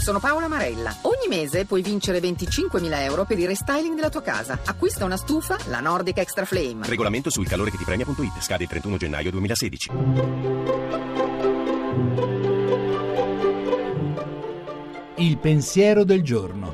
Sono Paola Marella. Ogni mese puoi vincere 25.000 euro per il restyling della tua casa. Acquista una stufa, la Nordic Extra Flame. Regolamento sul calore che ti premia.it. Scade il 31 gennaio 2016. Il pensiero del giorno.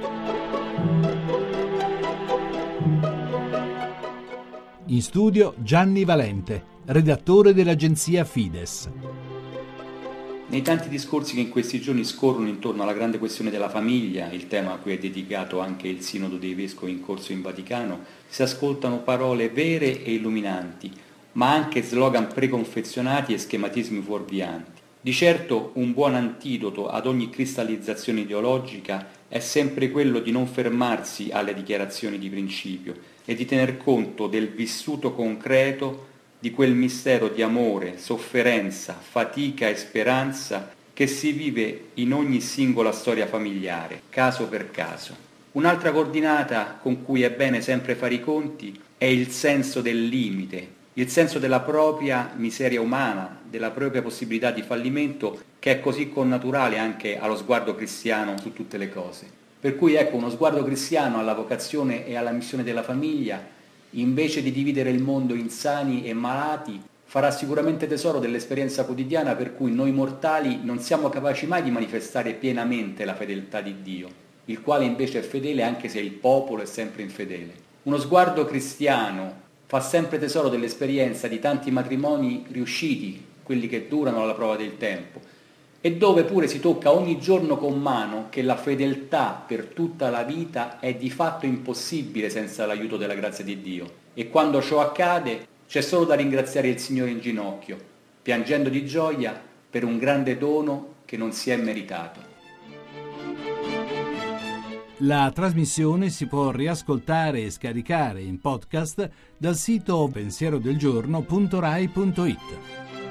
In studio Gianni Valente, redattore dell'agenzia Fides. Nei tanti discorsi che in questi giorni scorrono intorno alla grande questione della famiglia, il tema a cui è dedicato anche il Sinodo dei Vescovi in corso in Vaticano, si ascoltano parole vere e illuminanti, ma anche slogan preconfezionati e schematismi fuorvianti. Di certo un buon antidoto ad ogni cristallizzazione ideologica è sempre quello di non fermarsi alle dichiarazioni di principio e di tener conto del vissuto concreto di quel mistero di amore, sofferenza, fatica e speranza che si vive in ogni singola storia familiare, caso per caso. Un'altra coordinata con cui è bene sempre fare i conti è il senso del limite, il senso della propria miseria umana, della propria possibilità di fallimento, che è così connaturale anche allo sguardo cristiano su tutte le cose. Per cui ecco, uno sguardo cristiano alla vocazione e alla missione della famiglia, invece di dividere il mondo in sani e malati, farà sicuramente tesoro dell'esperienza quotidiana per cui noi mortali non siamo capaci mai di manifestare pienamente la fedeltà di Dio, il quale invece è fedele anche se il popolo è sempre infedele. Uno sguardo cristiano fa sempre tesoro dell'esperienza di tanti matrimoni riusciti, quelli che durano alla prova del tempo, e dove pure si tocca ogni giorno con mano che la fedeltà per tutta la vita è di fatto impossibile senza l'aiuto della grazia di Dio. E quando ciò accade c'è solo da ringraziare il Signore in ginocchio, piangendo di gioia per un grande dono che non si è meritato. La trasmissione si può riascoltare e scaricare in podcast dal sito pensierodelgiorno.rai.it.